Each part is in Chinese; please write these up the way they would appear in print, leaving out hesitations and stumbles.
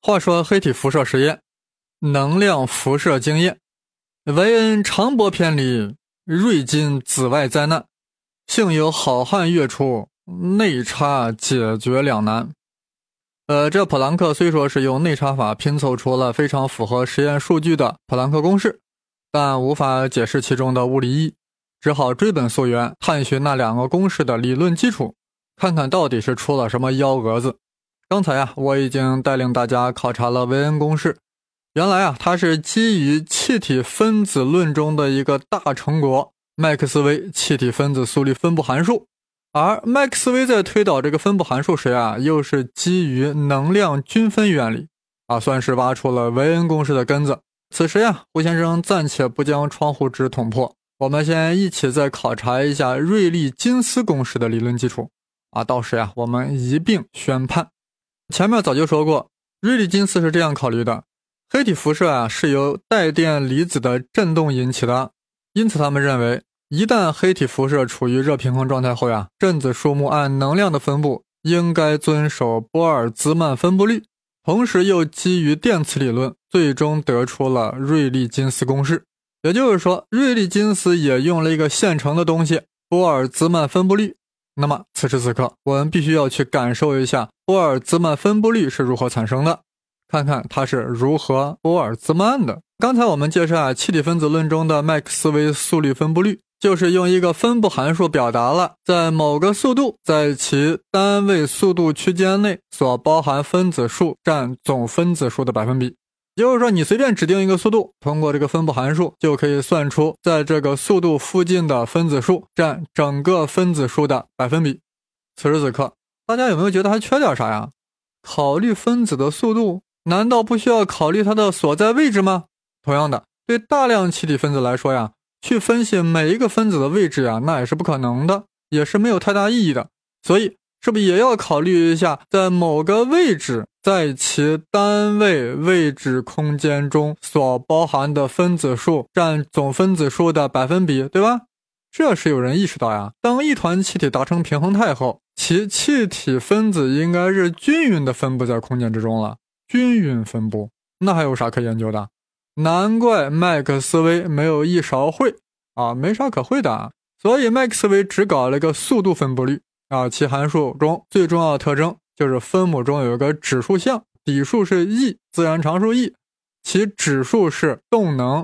话说黑体辐射实验，能量辐射经验，韦恩长波篇里，瑞金紫外灾难，幸有好汉跃出，内插解决两难。这普朗克虽说是用内插法拼凑出了非常符合实验数据的普朗克公式，但无法解释其中的物理意义，只好追本溯源，探寻那两个公式的理论基础，看看到底是出了什么幺蛾子。刚才我已经带领大家考察了韦恩公式，原来它是基于气体分子论中的一个大成果麦克斯韦气体分子速率分布函数，而麦克斯韦在推导这个分布函数时又是基于能量均分原理算是挖出了韦恩公式的根子。此时胡先生暂且不将窗户纸捅破，我们先一起再考察一下瑞利金斯公式的理论基础到时我们一并宣判。前面早就说过，瑞利金斯是这样考虑的，黑体辐射是由带电离子的振动引起的，因此他们认为一旦黑体辐射处于热平衡状态后振子数目按能量的分布应该遵守波尔兹曼分布率，同时又基于电磁理论最终得出了瑞利金斯公式。也就是说，瑞利金斯也用了一个现成的东西，波尔兹曼分布率。那么此时此刻我们必须要去感受一下波尔兹曼分布率是如何产生的，看看它是如何波尔兹曼的。刚才我们介绍气体分子论中的麦克斯韦速率分布率，就是用一个分布函数表达了在某个速度在其单位速度区间内所包含分子数占总分子数的百分比。也就是说，你随便指定一个速度，通过这个分布函数就可以算出在这个速度附近的分子数占整个分子数的百分比。此时此刻大家有没有觉得还缺点啥呀？考虑分子的速度，难道不需要考虑它的所在位置吗？同样的，对大量气体分子来说去分析每一个分子的位置那也是不可能的，也是没有太大意义的。所以是不是也要考虑一下在某个位置在其单位位置空间中所包含的分子数占总分子数的百分比，对吧？这是有人意识到当一团气体达成平衡态后，其气体分子应该是均匀的分布在空间之中了。均匀分布，那还有啥可研究的？难怪麦克斯韦没有一勺会没啥可会的所以麦克斯韦只搞了一个速度分布率其函数中最重要的特征就是分母中有一个指数项，底数是 E 自然常数 E， 其指数是动能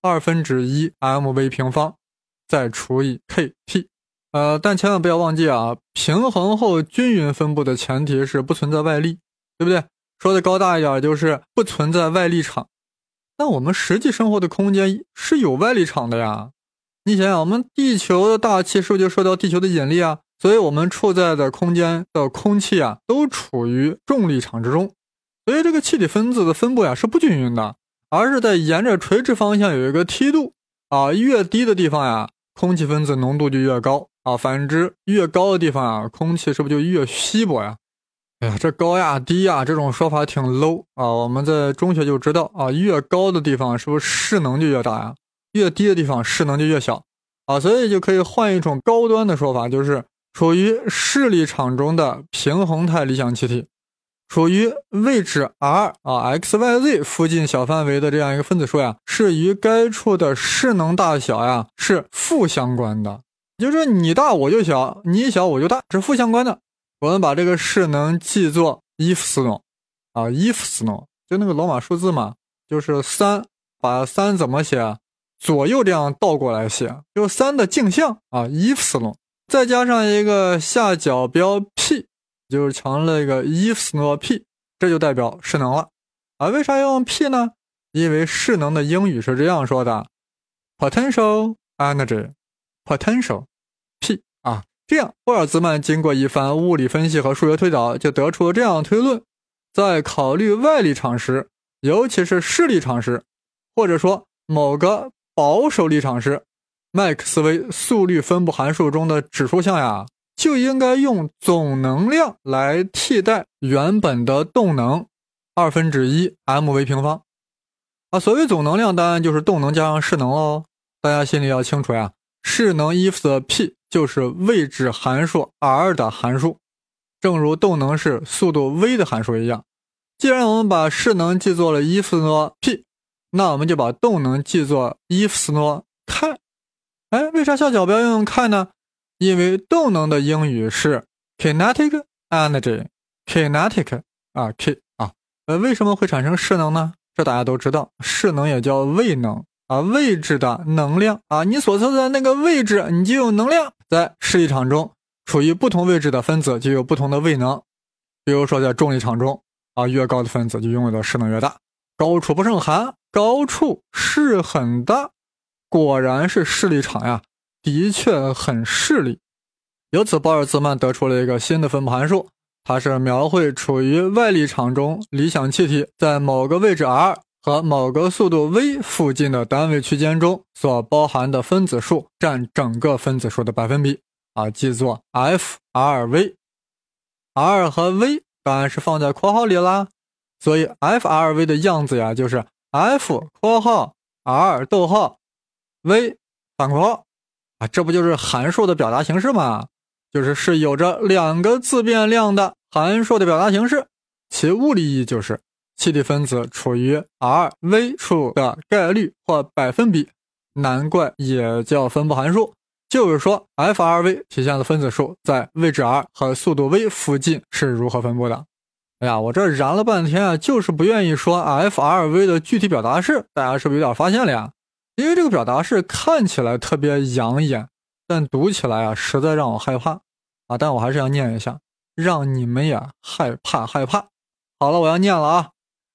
1/2 mv 平方再除以 kT。但千万不要忘记平衡后均匀分布的前提是不存在外力，对不对？说的高大一点就是不存在外力场。但我们实际生活的空间是有外力场的呀。你想想，我们地球的大气是不是就受到地球的引力所以我们处在的空间的空气都处于重力场之中。所以这个气体分子的分布是不均匀的，而是在沿着垂直方向有一个梯度越低的地方空气分子浓度就越高反之越高的地方空气是不是就越稀薄呀？哎呀，这高低这种说法挺 low 我们在中学就知道越高的地方是不是势能就越大越低的地方势能就越小所以就可以换一种高端的说法，就是处于势力场中的平衡态理想气体，处于位置 R、XYZ 附近小范围的这样一个分子数是与该处的势能大小是负相关的。就是你大我就小，你小我就大，是负相关的。我们把这个势能记作伊夫斯诺伊夫斯诺就那个罗马数字嘛，就是3，把3怎么写左右这样倒过来写，就3的镜像伊夫斯诺，再加上一个下角标 P， 就是成了一个伊夫斯诺 P， 这就代表势能了为啥要用 P 呢？因为势能的英语是这样说的 potential energy potential P 这样波尔兹曼经过一番物理分析和数学推导，就得出这样的推论：在考虑外力场时，尤其是势力场时，或者说某个保守力场时，麦克斯韦速率分布函数中的指数项就应该用总能量来替代原本的动能1/2 mv 平方所谓总能量当然就是动能加上势能咯。大家心里要清楚势能 E 的 P 就是位置函数 R 的函数，正如动能是速度 v 的函数一样。 既然我们把势能记作了 E 斯诺 P， 那我们就把动能记作 E 斯诺 K。 为啥下角不要用 K 呢？因为动能的英语是 kinetic energy， kinetic K 为什么会产生势能呢？这大家都知道，势能也叫位能位置的能量你所处的那个位置你就有能量。在势力场中，处于不同位置的分子就有不同的位能。比如说在重力场中越高的分子就拥有的势能越大。高处不胜寒，高处势很大，果然是势力场呀，的确很势利。由此玻尔兹曼得出了一个新的分布函数，它是描绘处于外力场中理想气体在某个位置 r 和某个速度 v 附近的单位区间中所包含的分子数占整个分子数的百分比记作 FRV。 R 和 V 当然是放在括号里啦，所以 FRV 的样子呀就是 F 括号 R 逗号 V 反括号这不就是函数的表达形式吗？是有着两个自变量的函数的表达形式。其物理意义就是气体分子处于 R、V 处的概率或百分比，难怪也叫分布函数。就是说 FRV 体现了分子数在位置 r 和速度 v 附近是如何分布的。我这燃了半天就是不愿意说 FRV 的具体表达式，大家是不是有点发现了呀？因为这个表达式看起来特别养眼，但读起来实在让我害怕但我还是要念一下，让你们也害怕。好了，我要念了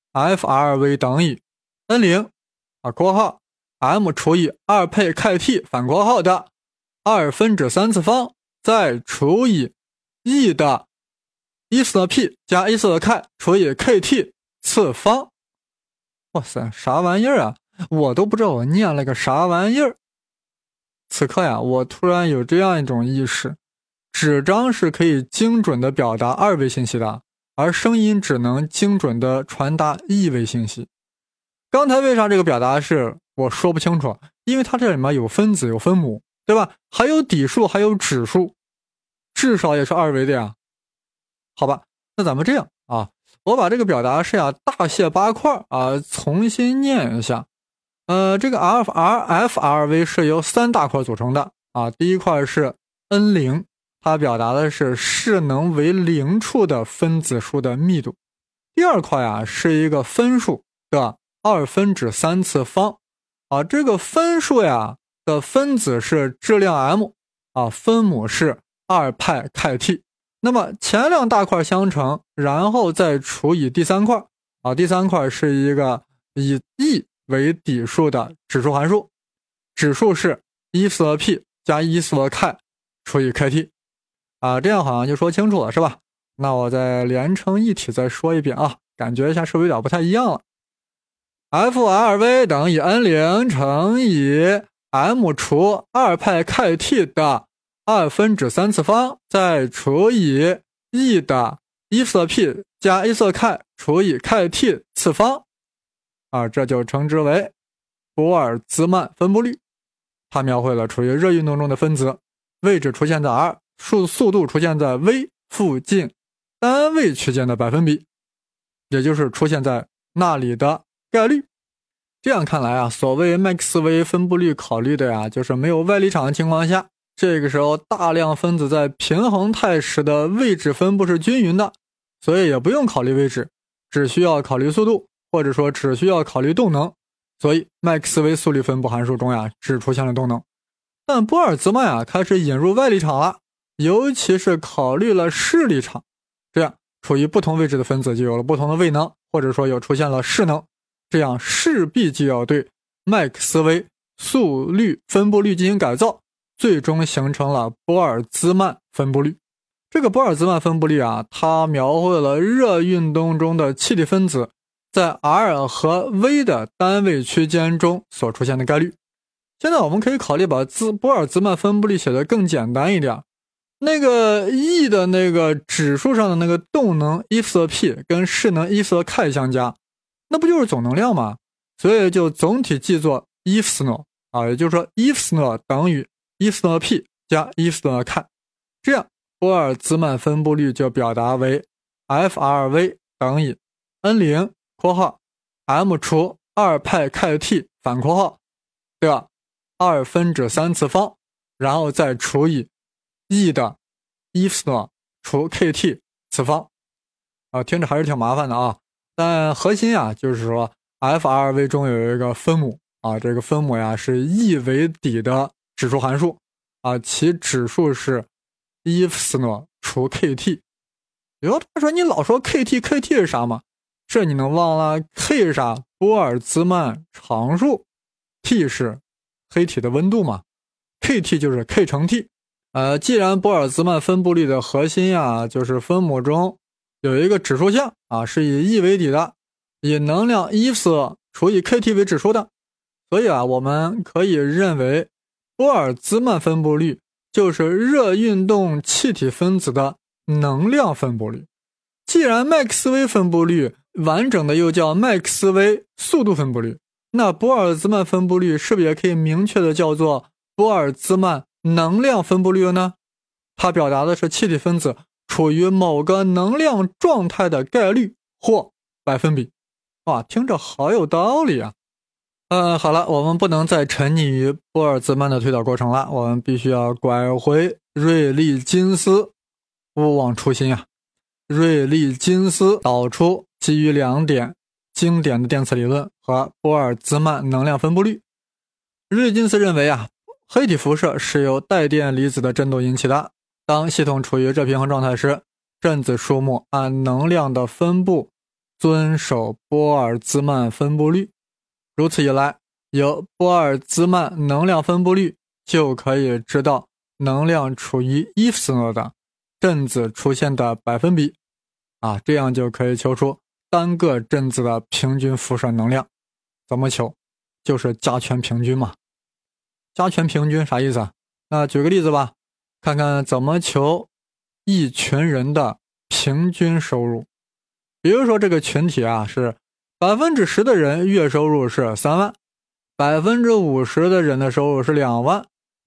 FRV 等于 N0 括号 M 除以2配 KT 反括号的2分之3次方再除以 E 的 E 斯的 P 加 E 斯的 K 除以 KT 次方。哇塞，啥玩意儿我都不知道我念了个啥玩意儿。此刻我突然有这样一种意识，纸张是可以精准的表达2维信息的，而声音只能精准的传达1维信息。刚才为啥这个表达式我说不清楚？因为它这里面有分子有分母，对吧？还有底数还有指数，至少也是2维的呀。好吧，那咱们这样我把这个表达式大卸8块重新念一下。这个 FRV 是由3大块组成的第一块是 N0， 它表达的是势能为0处的分子数的密度。第二块是一个分数的2分之3次方这个分数的分子是质量 m 分母是2派 KT。那么前两大块相乘，然后再除以第三块第三块是一个以 E 为底数的指数函数，指数是 E 斯的 P 加 E 斯的 K 除以 KT 这样好像就说清楚了是吧？那我再连成一体再说一遍感觉一下是不是有点不太一样了。FRV 等于 N0 乘以 M 除2派 KT 的2分之3次方再除以 E 的 E 斯的 P 加 E 斯的 K 除以 KT 次方这就称之为玻尔兹曼分布率。它描绘了处于热运动中的分子位置出现在 r， 速度出现在 v 附近单位区间的百分比，也就是出现在那里的概率。这样看来所谓麦克斯韦分布率考虑的就是没有外力场的情况下，这个时候大量分子在平衡态时的位置分布是均匀的，所以也不用考虑位置，只需要考虑速度，或者说只需要考虑动能。所以麦克斯韦速率分布函数中只出现了动能。但玻尔兹曼开始引入外力场了，尤其是考虑了势力场，这样处于不同位置的分子就有了不同的位能，或者说又出现了势能，这样势必就要对麦克斯韦速率分布率进行改造，最终形成了玻尔兹曼分布率。这个玻尔兹曼分布率它描绘了热运动中的气体分子在 R 和 V 的单位区间中所出现的概率。现在我们可以考虑把玻尔兹曼分布率写得更简单一点，那个 E 的那个指数上的那个动能 E 斯的 P 跟势能 E 斯的 K 相加，那不就是总能量吗？所以就总体记作 E 斯诺也就是说 E 斯诺等于 E 斯诺 P 加 E 斯诺 K， 这样玻尔兹曼分布率就表达为 FRV 等于 n0 括号 m 除2派 kt 反括号的2分之3次方，然后再除以 e 的 epsilon 除 kt 次方。听着还是挺麻烦的啊，但核心啊就是说 f2v 中有一个分母啊，这个分母呀是 e 为底的指数函数啊，其指数是 epsilon 除 kt。有的他说你老说 kt 是啥吗？这你能忘了 k 是啥？波尔兹曼常数， T 是黑体的温度嘛， kt 就是 k 乘 T。既然波尔兹曼分布律的核心呀就是分母中有一个指数项啊，是以 E 为底的，以能量 epsilon 除以 kt 为指数的，所以啊我们可以认为波尔兹曼分布律就是热运动气体分子的能量分布律。既然麦克斯韦分布律完整的又叫麦克斯韦速度分布律，那波尔兹曼分布律是不是也可以明确的叫做波尔兹曼能量分布律呢？它表达的是气体分子处于某个能量状态的概率或百分比。哇，听着好有道理啊。好了，我们不能再沉溺于波尔兹曼的推导过程了，我们必须要拐回瑞利金斯，勿忘初心啊。瑞利金斯导出基于2点经典的电磁理论和波尔兹曼能量分布律。瑞利金斯认为啊，黑体辐射是由带电离子的振动引起的，当系统处于热平衡状态时，振子数目按能量的分布遵守波尔兹曼分布律。如此一来，由波尔兹曼能量分布律就可以知道能量处于 epsilon 的振子出现的百分比啊，这样就可以求出单个振子的平均辐射能量。怎么求？就是加权平均嘛。加权平均啥意思啊？那举个例子吧，看看怎么求一群人的平均收入。比如说这个群体啊是 10% 的人月收入是3万， 50% 的人的收入是2万，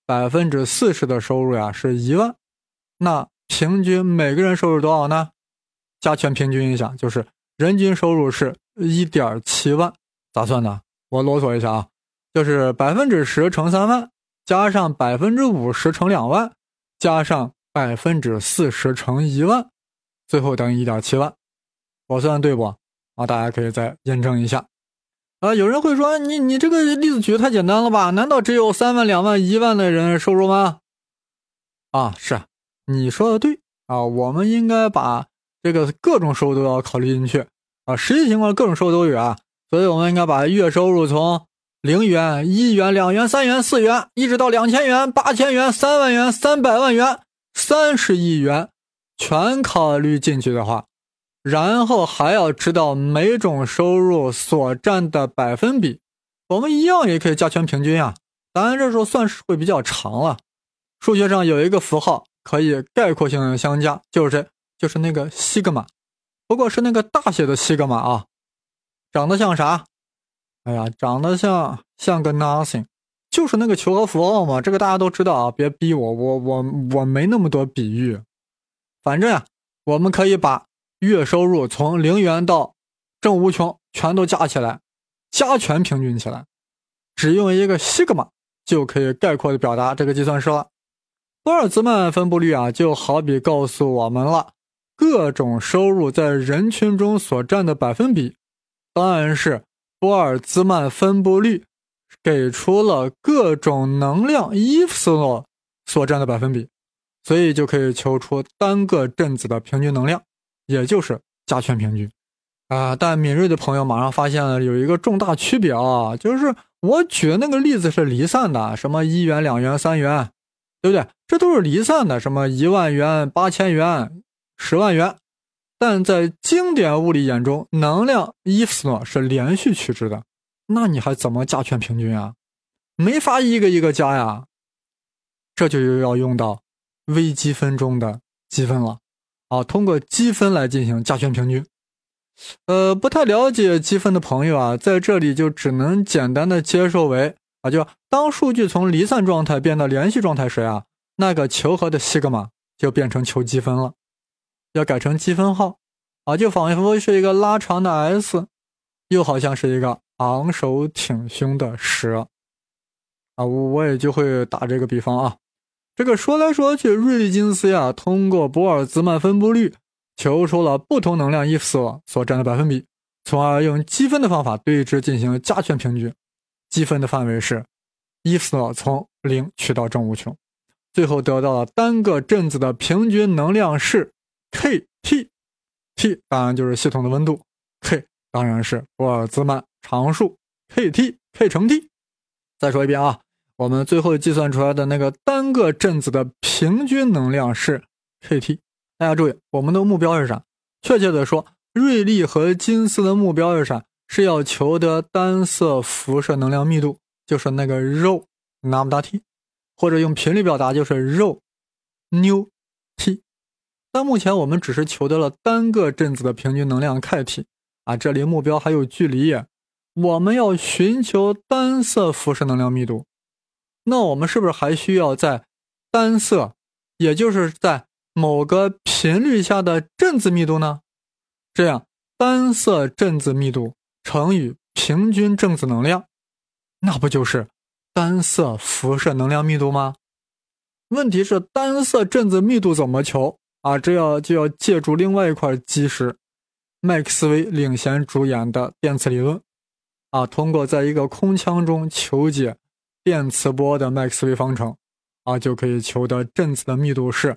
40% 的收入呀是1万，那平均每个人收入多少呢？加权平均一下，就是人均收入是 1.7 万。咋算的？我啰嗦一下啊，就是 10% 乘3万，加上 50% 乘2万，加上 40% 乘1万，最后等于 1.7 万。我算对不？大家可以再验证一下。有人会说你这个例子举得太简单了吧？难道只有3万、2万、1万的人收入吗？是，你说的对啊，我们应该把这个各种收入都要考虑进去啊，实际情况各种收入都有啊，所以我们应该把月收入从0元、1元、2元、3元、4元，一直到2000元、8000元、3万元、300万元、30亿元全考虑进去的话，然后还要知道每种收入所占的百分比，我们一样也可以加权平均啊。当然这时候算式会比较长了，数学上有一个符号可以概括性的相加，就是那个西格玛，不过是那个大写的西格玛啊。长得像啥？长得像个 nothing， 就是那个求和符号嘛，这个大家都知道啊，别逼我没那么多比喻。反正我们可以把月收入从0元到正无穷全都加起来，加权平均起来，只用一个西格玛就可以概括的表达这个计算式了。波尔兹曼分布律就好比告诉我们了各种收入在人群中所占的百分比，当然是波尔兹曼分布律给出了各种能量 epsilon 所占的百分比，所以就可以求出单个振子的平均能量，也就是加权平均但敏锐的朋友马上发现了有一个重大区别就是我举的那个例子是离散的，什么1元、2元、3元，对不对？这都是离散的，什么1万元、8000元、10万元。但在经典物理眼中，能量 epsilon 是连续趋值的，那你还怎么加权平均啊？没法一个一个加呀。这就又要用到微积分中的积分了通过积分来进行加权平均。不太了解积分的朋友在这里就只能简单的接受为就当数据从离散状态变到连续状态时那个求和的西格玛就变成求积分了，要改成积分号就仿佛是一个拉长的 S， 又好像是一个昂首挺胸的蛇。我也就会打这个比方啊。这个说来说去，瑞利金斯呀，通过玻尔兹曼分布率求出了不同能量伊夫索所占的百分比，从而用积分的方法对之进行加权平均。积分的范围是伊夫索从0去到正无穷，最后得到了单个振子的平均能量是 kT。T 当然就是系统的温度， K 当然是玻尔兹曼常数 kT，K 乘 T。 再说一遍啊，我们最后计算出来的那个单个振子的平均能量是 kT。 大家注意，我们的目标是啥？确切的说，瑞利和金斯的目標是啥？是要求得单色辐射能量密度，就是那个 ρ λ T， 或者用频率表达就是 ρ nu T。 但目前我们只是求得了单个振子的平均能量 kT 这里目标还有距离，我们要寻求单色辐射能量密度，那我们是不是还需要在单色，也就是在某个频率下的振子密度呢？这样单色振子密度乘以平均正子能量，那不就是单色辐射能量密度吗？问题是单色振子密度怎么求这就要借助另外一块基石，麦克斯韦领衔主演的电磁理论通过在一个空腔中求解电磁波的麦克斯韦方程就可以求得振子的密度是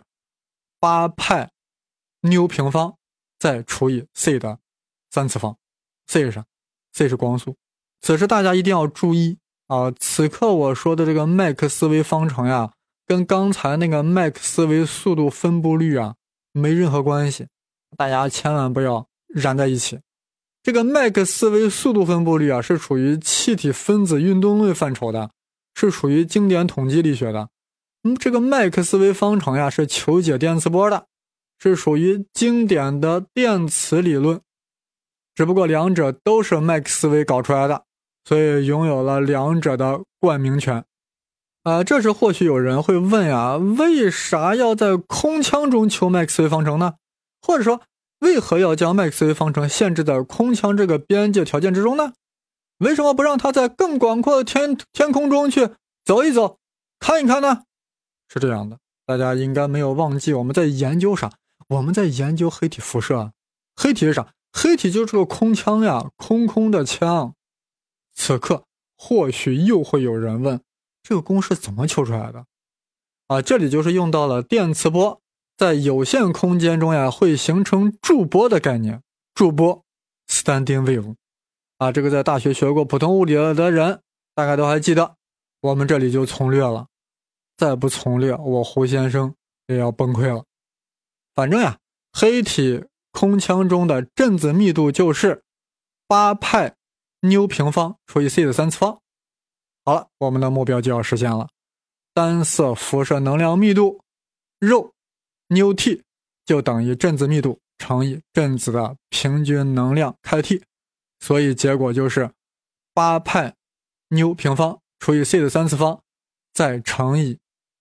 8派纽平方再除以 c 的3次方。 c 是啥？ c 是光速。此时大家一定要注意此刻我说的这个麦克斯韦方程呀，跟刚才那个麦克斯韦速度分布率没任何关系，大家千万不要燃在一起。这个麦克斯韦速度分布率是属于气体分子运动论范畴的，是属于经典统计力学的。这个麦克斯韦方程呀是求解电磁波的，是属于经典的电磁理论，只不过两者都是麦克斯韦搞出来的，所以拥有了两者的冠名权。这时或许有人会问为啥要在空腔中求麦克斯韦方程呢？或者说为何要将麦克斯韦方程限制在空腔这个边界条件之中呢？为什么不让它在更广阔的天空中去走一走看一看呢？是这样的，大家应该没有忘记我们在研究啥？我们在研究黑体辐射。黑体是啥？黑体就是个空腔呀，空空的腔。此刻或许又会有人问，这个公式怎么求出来的？这里就是用到了电磁波在有限空间中会形成驻波的概念。驻波 standing wave 这个在大学学过普通物理的人大概都还记得，我们这里就从略了。再不从略，我胡先生也要崩溃了。反正黑体空腔中的振子密度就是8派纽平方除以 c 的3次方。好了，我们的目标就要实现了。单色辐射能量密度 ρ纽 T 就等于振子密度乘以振子的平均能量开 T， 所以结果就是8派纽平方除以 c 的3次方再乘以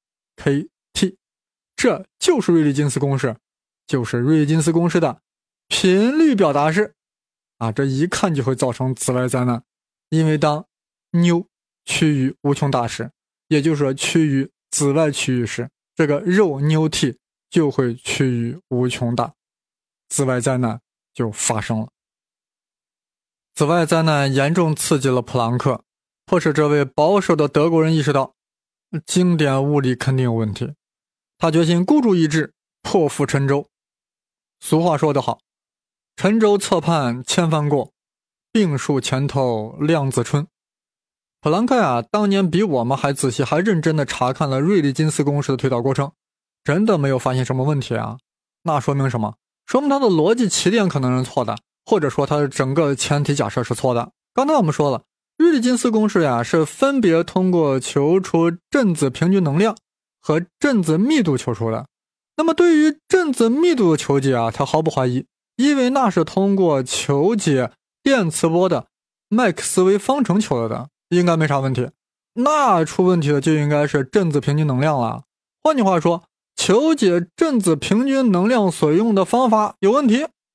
kT。 这就是瑞利金斯公式，就是瑞利金斯公式的频率表达式这一看就会造成紫外灾难，因为当纽趋于无穷大时，也就是说趋于紫外区域时，这个ρ纽 T 就会趋于无穷大，紫外灾难就发生了。紫外灾难严重刺激了普朗克，迫使这位保守的德国人意识到经典物理肯定有问题，他决心孤注一掷，破釜沉舟。俗话说得好，沉舟侧畔千帆过，病树前头凉子春。普朗克当年比我们还仔细还认真地查看了瑞利金斯公式的推导过程，真的没有发现什么问题那说明什么？说明他的逻辑起点可能是错的，或者说他的整个前提假设是错的。刚才我们说了，瑞利金斯公式是分别通过求出振子平均能量和振子密度求出的。那么对于振子密度的求解他毫不怀疑，因为那是通过求解电磁波的麦克斯韦方程求的，应该没啥问题。那出问题的就应该是振子平均能量了。换句话说，求解振子平均能量所用的方法有问题。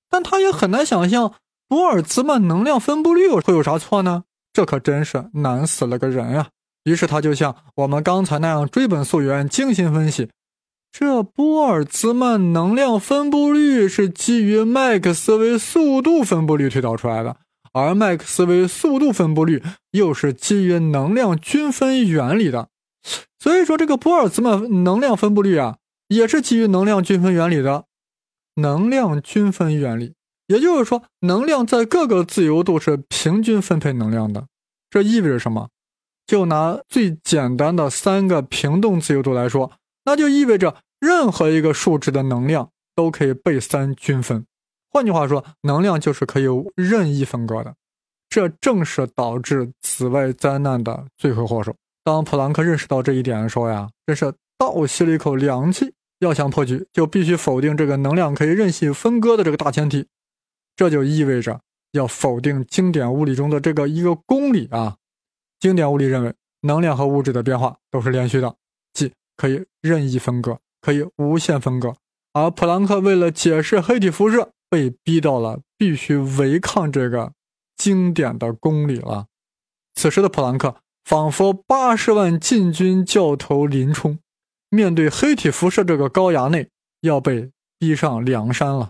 但他也很难想象玻尔兹曼能量分布率会有啥错呢？这可真是难死了个人呀！于是他就像我们刚才那样追本溯源，精心分析，这玻尔兹曼能量分布率是基于麦克斯韦速度分布率推导出来的，而麦克斯韦速度分布率又是基于能量均分原理的。所以说这个玻尔兹曼能量分布率啊，也是基于能量均分原理的。能量均分原理，也就是说能量在各个自由度是平均分配能量的。这意味着什么？就拿最简单的3个平动自由度来说，那就意味着任何一个数值的能量都可以被3均分。换句话说，能量就是可以任意分割的。这正是导致紫外灾难的罪魁祸首。当普朗克认识到这一点的时候呀，真是倒吸了一口凉气。要想破局，就必须否定这个能量可以任性分割的这个大前提。这就意味着要否定经典物理中的一个公理啊。经典物理认为能量和物质的变化都是连续的，即可以任意分割，可以无限分割。而普朗克为了解释黑体辐射，被逼到了必须违抗这个经典的公理了。此时的普朗克仿佛80万禁军教头林冲，面对黑体辐射这个高衙内，要被逼上梁山了。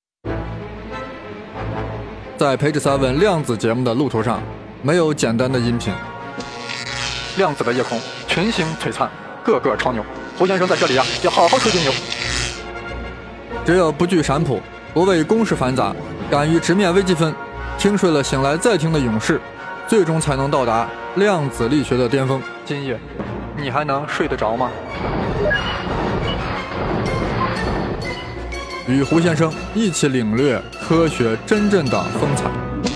在培智3问量子节目的路途上，没有简单的音频。量子的夜空群星璀璨，个个超牛。胡先生在这里要好好吹吹牛。只有不惧闪谱，不畏公式繁杂，敢于直面微积分，听睡了醒来再听的勇士，最终才能到达量子力学的巅峰。今夜你还能睡得着吗？与胡先生一起领略科学真正的风采。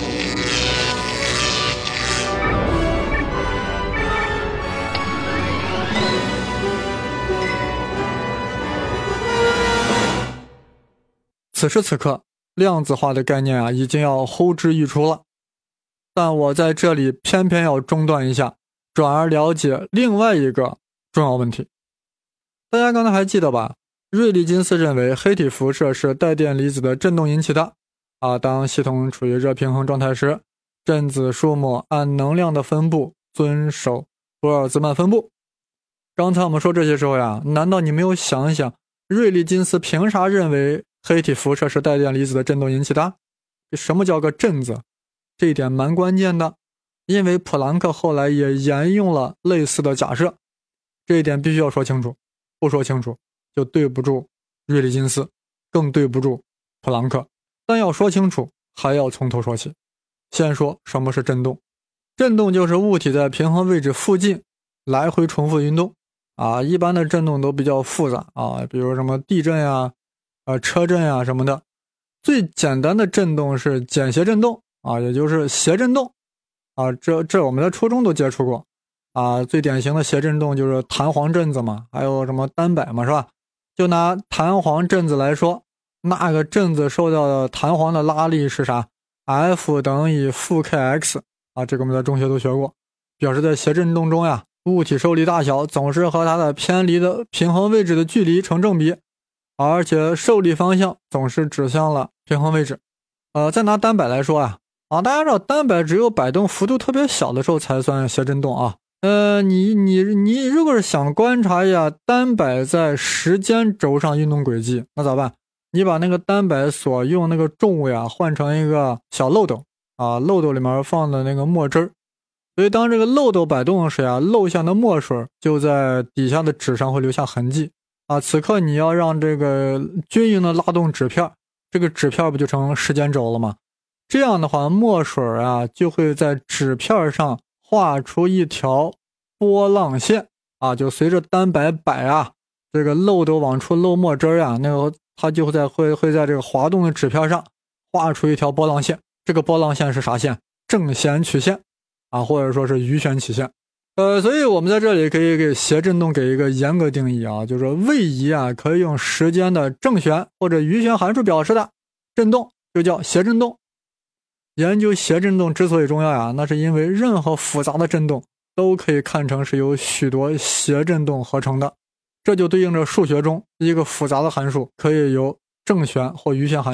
此时此刻，量子化的概念已经要呼之欲出了。但我在这里偏偏要中断一下，转而了解另外一个重要问题。大家刚才还记得吧？瑞利金斯认为黑体辐射是带电离子的振动引起的。当系统处于热平衡状态时，振子数目按能量的分布遵守玻尔兹曼分布。刚才我们说这些时候难道你没有想一想，瑞利金斯凭啥认为黑体辐射是带电离子的振动引起的？什么叫个振子？这一点蛮关键的，因为普朗克后来也沿用了类似的假设。这一点必须要说清楚，不说清楚就对不住瑞利金斯，更对不住普朗克。但要说清楚，还要从头说起。先说什么是振动。振动就是物体在平衡位置附近来回重复运动一般的振动都比较复杂比如什么地震车震什么的。最简单的振动是简谐振动也就是谐振动这我们在初中都接触过最典型的谐振动就是弹簧振子嘛，还有什么单摆嘛，是吧？就拿弹簧振子来说，那个振子受到的弹簧的拉力是啥？ F 等于负 kx 这个我们在中学都学过，表示在谐振动中物体受力大小总是和它的偏离的平衡位置的距离成正比，而且受力方向总是指向了平衡位置。再拿单摆来说大家知道单摆只有摆动幅度特别小的时候才算谐振动你如果是想观察一下单摆在时间轴上运动轨迹，那咋办？你把那个单摆所用那个重物换成一个小漏斗漏斗里面放的那个墨汁儿，所以当这个漏斗摆动时漏下的墨水就在底下的纸上会留下痕迹此刻你要让这个均匀的拉动纸片，这个纸片不就成时间轴了吗？这样的话墨水就会在纸片上画出一条波浪线就随着单摆摆这个漏斗往出漏墨汁那个它就会在这个滑动的纸片上画出一条波浪线。这个波浪线是啥线？正弦曲线或者说是余弦曲线。所以我们在这里可以给谐振动给一个严格定义就是位移可以用时间的正弦或者余弦函数表示的振动就叫谐振动。研究谐振动之所以重要那是因为任何复杂的振动都可以看成是由许多谐振动合成的。这就对应着数学中一个复杂的函数可以由正弦或余弦函数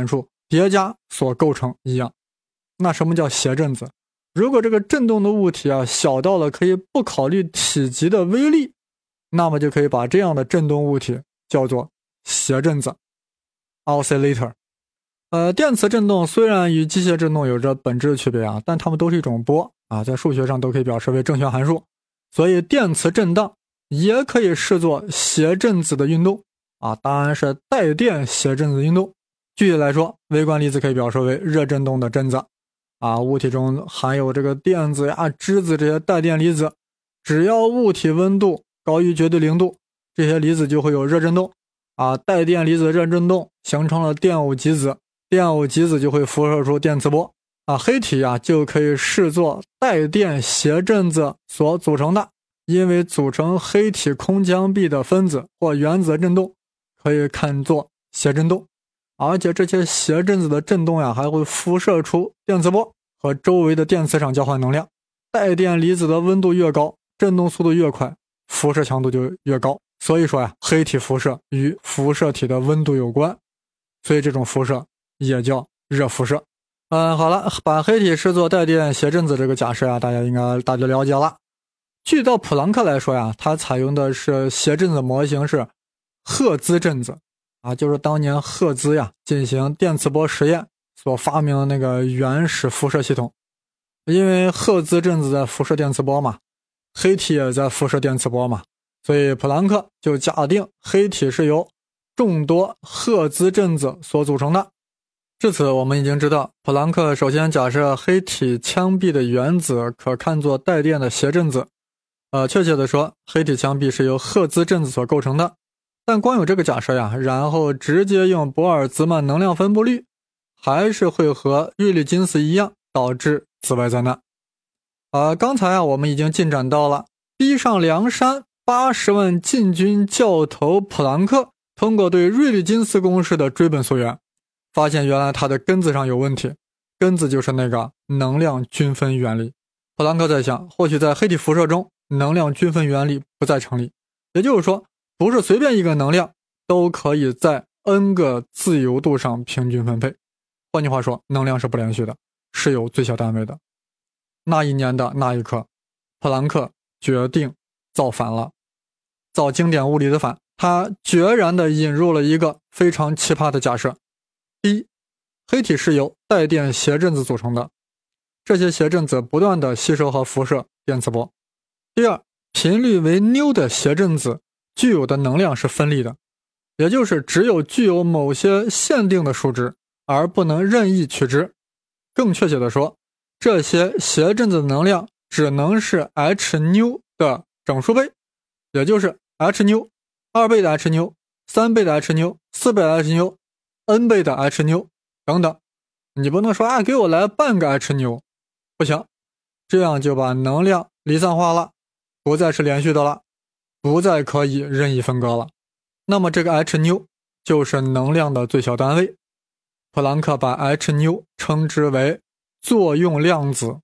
叠加所构成一样。那什么叫谐振子？如果这个振动的物体小到了可以不考虑体积的微粒，那么就可以把这样的振动物体叫做谐振子 oscillator。电磁振动虽然与机械振动有着本质的区别但它们都是一种波在数学上都可以表示为正弦函数，所以电磁振荡也可以视作谐振子的运动当然是带电谐振子运动。具体来说，微观粒子可以表示为热振动的振子物体中含有这个电子质子这些带电离子，只要物体温度高于绝对零度，这些离子就会有热振动带电离子热振动形成了电偶极子，电偶极子就会辐射出电磁波黑体就可以视作带电谐振子所组成的，因为组成黑体空腔壁的分子或原子振动可以看作谐振动，而且这些谐振子的振动还会辐射出电磁波和周围的电磁场交换能量。带电离子的温度越高，振动速度越快，辐射强度就越高。所以说黑体辐射与辐射体的温度有关，所以这种辐射也叫热辐射。好了，把黑体视作带电谐振子这个假设大家应该大致了解了。具到普朗克来说它采用的是谐振子模型是赫兹振子就是当年赫兹进行电磁波实验所发明的那个原始辐射系统。因为赫兹振子在辐射电磁波嘛，黑体也在辐射电磁波嘛，所以普朗克就假定黑体是由众多赫兹振子所组成的。至此我们已经知道，普朗克首先假设黑体腔壁的原子可看作带电的谐振子，确切的说，黑体腔壁是由赫兹振子所构成的。但光有这个假设然后直接用玻尔兹曼能量分布率，还是会和瑞利金斯一样导致紫外灾难。刚才我们已经进展到了逼上梁山80万禁军教头普朗克通过对瑞利金斯公式的追本溯源，发现原来它的根子上有问题，根子就是那个能量均分原理。普朗克在想，或许在黑体辐射中能量均分原理不再成立，也就是说不是随便一个能量都可以在 n 个自由度上平均分配。换句话说，能量是不连续的，是有最小单位的。那一年的那一刻，普朗克决定造反了，造经典物理的反。他决然地引入了一个非常奇葩的假设。第一，黑体是由带电谐振子组成的，这些谐振子不断地吸收和辐射电磁波。第二，频率为纽的谐振子具有的能量是分立的，也就是只有具有某些限定的数值，而不能任意取值。更确切地说，这些谐振子的能量只能是 h 纽的整数倍，也就是 h 纽、2倍的 h 纽、3倍的 h 纽、4倍的 h 纽、n 倍的 h 纽等等。你不能说给我来半个 h 纽，不行，这样就把能量离散化了，不再是连续的了，不再可以任意分割了。那么这个 h 纽就是能量的最小单位。普朗克把 h 纽称之为作用量子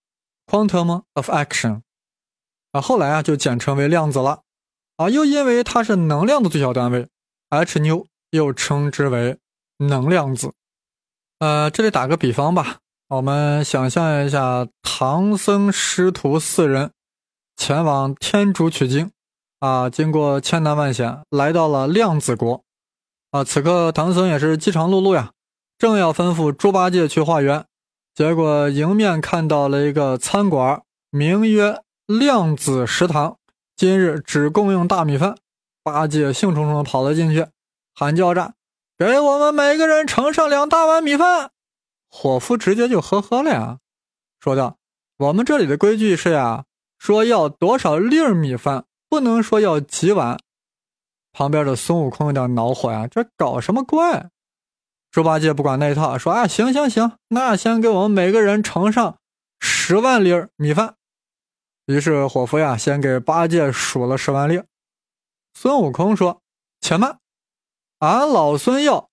Quantum of Action， 后来就简称为量子了又因为它是能量的最小单位， h 纽又称之为能量子。这里打个比方吧，我们想象一下唐僧师徒4人前往天竺取经经过千难万险来到了量子国此刻唐僧也是饥肠辘辘正要吩咐猪八戒去化缘，结果迎面看到了一个餐馆，名曰量子食堂，今日只供应大米饭。八戒兴冲冲地跑了进去，喊叫着给我们每个人盛上2大碗米饭。伙夫直接就呵呵了说道，我们这里的规矩是说要多少粒米饭，不能说要几碗。旁边的孙悟空有点恼火这搞什么怪。猪八戒不管那一套，说行，那先给我们每个人盛上10万粒米饭。于是伙夫先给八戒数了10万粒。孙悟空说，且慢，俺老孙要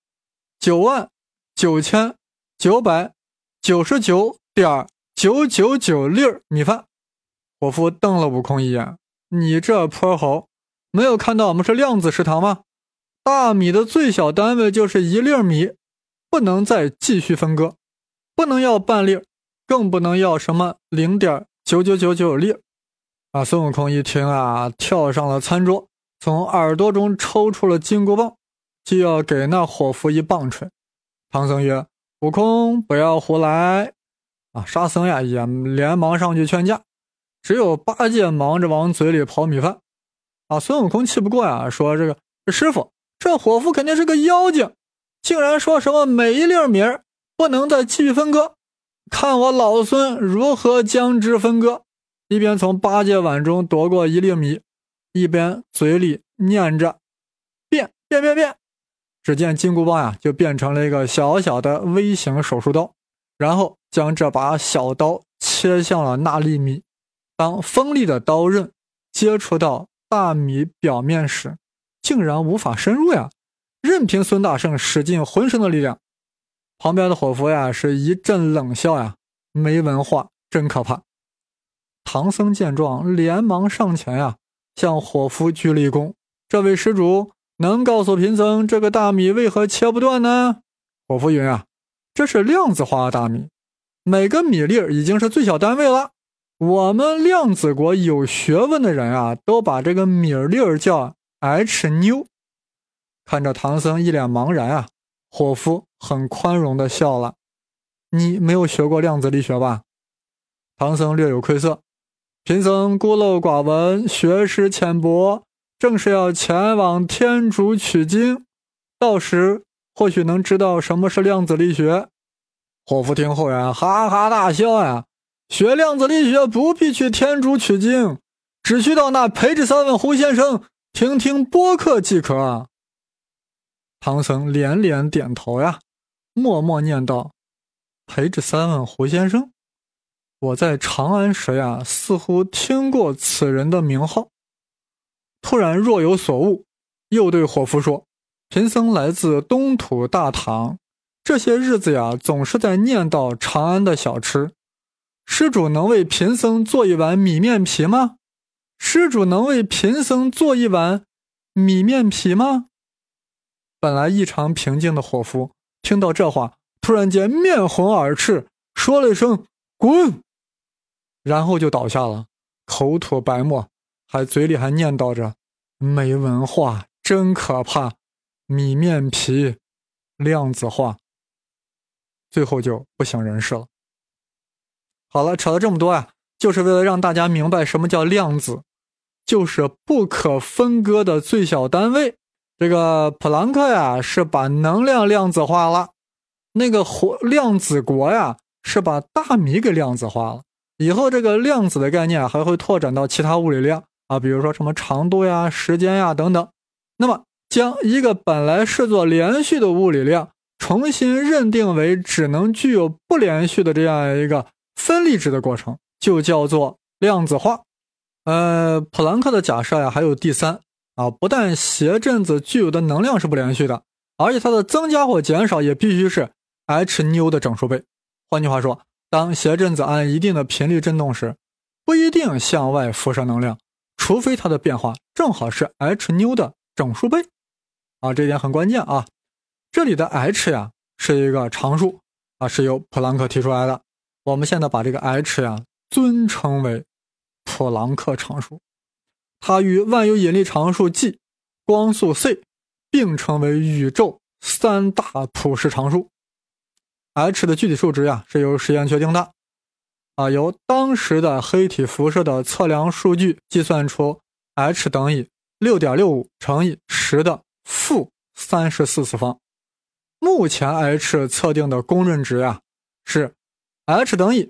99999.999粒米饭。伙夫瞪了悟空一眼，你这泼猴，没有看到我们是量子食堂吗？大米的最小单位就是1粒米， 不能再继续分割，不能要半粒，更不能要什么0.9999粒。孙悟空一听跳上了餐桌，从耳朵中抽出了金箍棒，就要给那伙夫一棒槌。唐僧曰：悟空不要胡来。沙僧也连忙上去劝架，只有八戒忙着往嘴里刨米饭。孙悟空气不过说这个师傅，这伙夫肯定是个妖精，竟然说什么每一粒米不能再继续分割，看我老孙如何将之分割。一边从八戒碗中夺过一粒米，一边嘴里念着变。只见金箍棒就变成了一个小小的微型手术刀，然后将这把小刀切向了那粒米。当锋利的刀刃接触到大米表面时，竟然无法深入任凭孙大圣使尽浑身的力量。旁边的伙夫是一阵冷笑没文化，真可怕。唐僧见状连忙上前向伙夫鞠了一躬，这位施主能告诉贫僧这个大米为何切不断呢？伙夫云这是量子化大米，每个米粒已经是最小单位了，我们量子国有学问的人都把这个米粒叫 H 妞。看着唐僧一脸茫然伙夫很宽容地笑了，你没有学过量子力学吧？唐僧略有愧色，贫僧孤陋寡闻，学识浅薄，正是要前往天竺取经，到时或许能知道什么是量子力学。伙夫听后哈哈大笑学量子力学不必去天竺取经，只需到那培智三问胡先生听听播客即可。唐僧连连点头默默念道：培智三问胡先生，我在长安时似乎听过此人的名号。突然若有所悟，又对伙夫说：贫僧来自东土大唐，这些日子总是在念叨长安的小吃，施主能为贫僧做一碗米面皮吗？施主能为贫僧做一碗米面皮吗？本来异常平静的伙夫听到这话，突然间面红耳赤，说了一声滚，然后就倒下了，口吐白沫，嘴里还念叨着没文化，真可怕，米面皮，量子化，最后就不省人事了。好了，扯了这么多就是为了让大家明白什么叫量子，就是不可分割的最小单位。这个普朗克是把能量量子化了，那个量子国是把大米给量子化了。以后这个量子的概念还会拓展到其他物理量比如说什么长度时间等等。那么将一个本来视作连续的物理量重新认定为只能具有不连续的这样一个分粒值的过程，就叫做量子化。普朗克的假设还有第三不但谐振子具有的能量是不连续的，而且它的增加或减少也必须是 H 妞的整数倍。换句话说，当谐振子按一定的频率振动时，不一定向外辐射能量，除非它的变化正好是 H 妞的整数倍。这一点很关键这里的 H 是一个常数是由普朗克提出来的。我们现在把这个 H 尊称为普朗克常数，它与万有引力常数 G、光速 C 并称为宇宙三大普适常数。H 的具体数值是由实验确定的由当时的黑体辐射的测量数据计算出 H 等于 6.65 乘以10的负34次方。目前 H 测定的公认值是 H 等于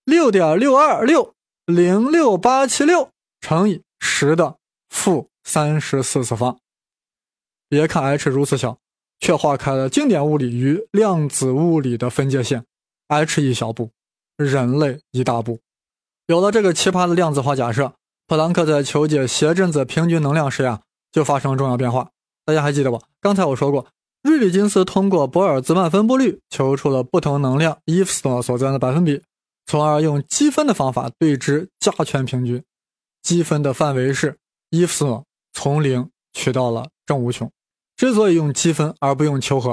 6.626-06876 乘以10的负34次方。别看 H 如此小，却划开了经典物理与量子物理的分界线。H 一小步，人类一大步。有了这个奇葩的量子化假设，普朗克在求解谐振子平均能量时就发生重要变化。大家还记得不？刚才我说过，瑞里金斯通过博尔兹曼分布律求出了不同能量伊夫斯诺所占的百分比，从而用积分的方法对之加权平均。积分的范围是伊夫斯诺从0取到了正无穷。之所以用积分而不用求和，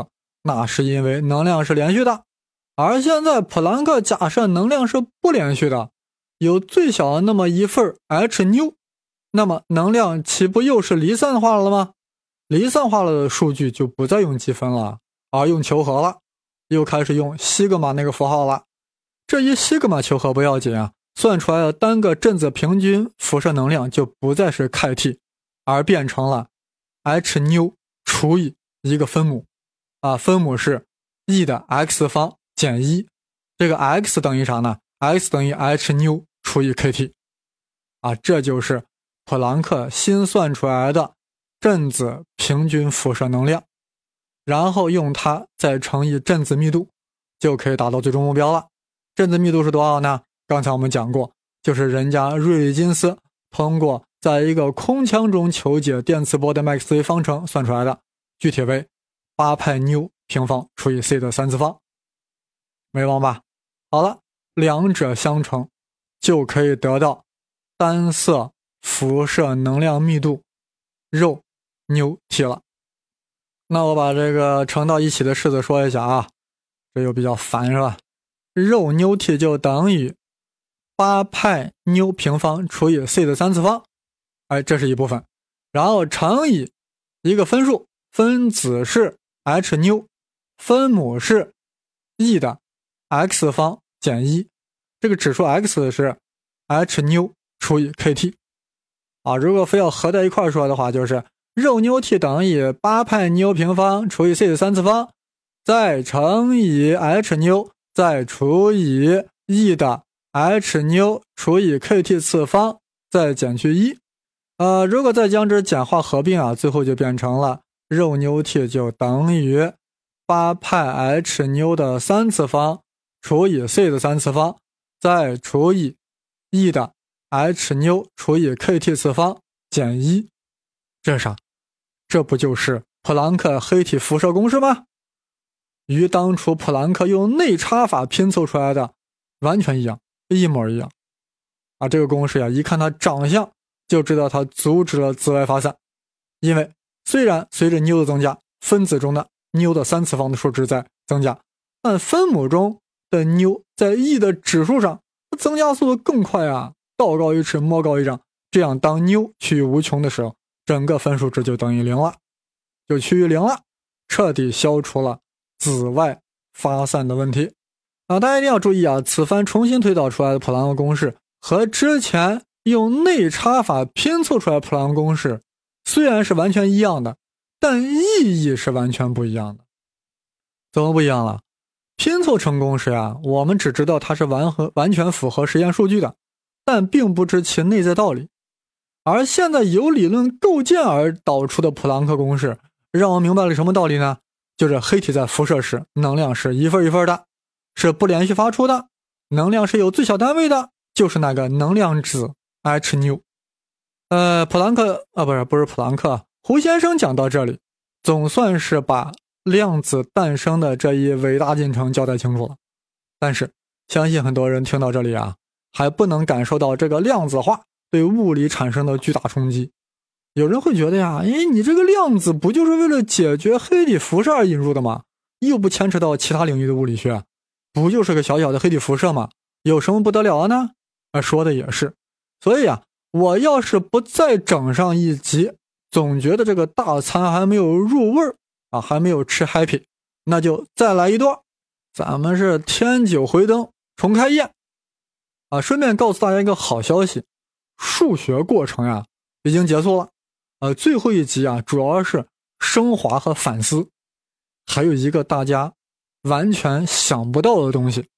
那是因为能量是连续的。而现在普朗克假设能量是不连续的，有最小的那么一份 hν， 那么能量岂不又是离散化了吗？离散化了的数据就不再用积分了，而用求和了，又开始用西格玛那个符号了。这一西格玛求和不要紧啊，算出来的单个振子平均辐射能量就不再是氦 T， 而变成了 hν 除以一个分母分母是 e 的 x 方减1，这个 x 等于啥呢？ x 等于 hν 除以 kT 这就是普朗克新算出来的振子平均辐射能量，然后用它再乘以振子密度，就可以达到最终目标了。振子密度是多少呢？刚才我们讲过，就是人家瑞金斯通过在一个空腔中求解电磁波的麦克斯韦方程算出来的，具体为8πν平方除以 c 的3次方。没忘吧？好了，两者相乘就可以得到单色辐射能量密度ρ牛 T 了。那我把这个乘到一起的式子说一下这又比较烦是吧？ρ牛 T 就等于8πν平方除以 c 的3次方，这是一部分，然后乘以一个分数，分子是 hν， 分母是 e 的 x 方减1，这个指数 x 是 hν 除以 kT 如果非要合在一块说的话，就是ρ牛 T 等于 8πν平方除以 c 的3次方，再乘以 hν 再除以 e 的 hν 除以 kT 次方再减去1。如果再将之简化合并最后就变成了ρ牛 T 就等于 8πhν 的3次方除以 c 的3次方再除以 e 的 hν 除以 kT 次方减1。这是啥？这不就是普朗克黑体辐射公式吗？与当初普朗克用内插法拼凑出来的完全一样，一模一样这个公式一看它长相就知道它阻止了紫外发散。因为虽然随着馞的增加，分子中的馞的3次方的数值在增加，但分母中的馞在 e 的指数上增加速度更快道高一尺魔高一丈，这样当馞趋于无穷的时候，整个分数值就等于0了，就趋于0了，彻底消除了紫外发散的问题大家一定要注意此番重新推导出来的普朗克公式和之前用内插法拼凑出来的普朗克公式虽然是完全一样的，但意义是完全不一样的。怎么不一样了？拼凑成公式我们只知道它是完全符合实验数据的，但并不知其内在道理。而现在由理论构建而导出的普朗克公式让我明白了什么道理呢？就是黑体在辐射时能量是一份一份的，是不连续发出的，能量是有最小单位的，就是那个能量值 hν。普朗克不是普朗克，胡先生讲到这里总算是把量子诞生的这一伟大进程交代清楚了。但是相信很多人听到这里还不能感受到这个量子化对物理产生的巨大冲击。有人会觉得你这个量子不就是为了解决黑体辐射而引入的吗？又不牵扯到其他领域的物理学，不就是个小小的黑体辐射吗？有什么不得了呢？说的也是。所以我要是不再整上一集，总觉得这个大餐还没有入味还没有吃 happy， 那就再来一段，咱们是添酒回灯重开业顺便告诉大家一个好消息，数学过程已经结束了。最后一集主要是升华和反思，还有一个大家完全想不到的东西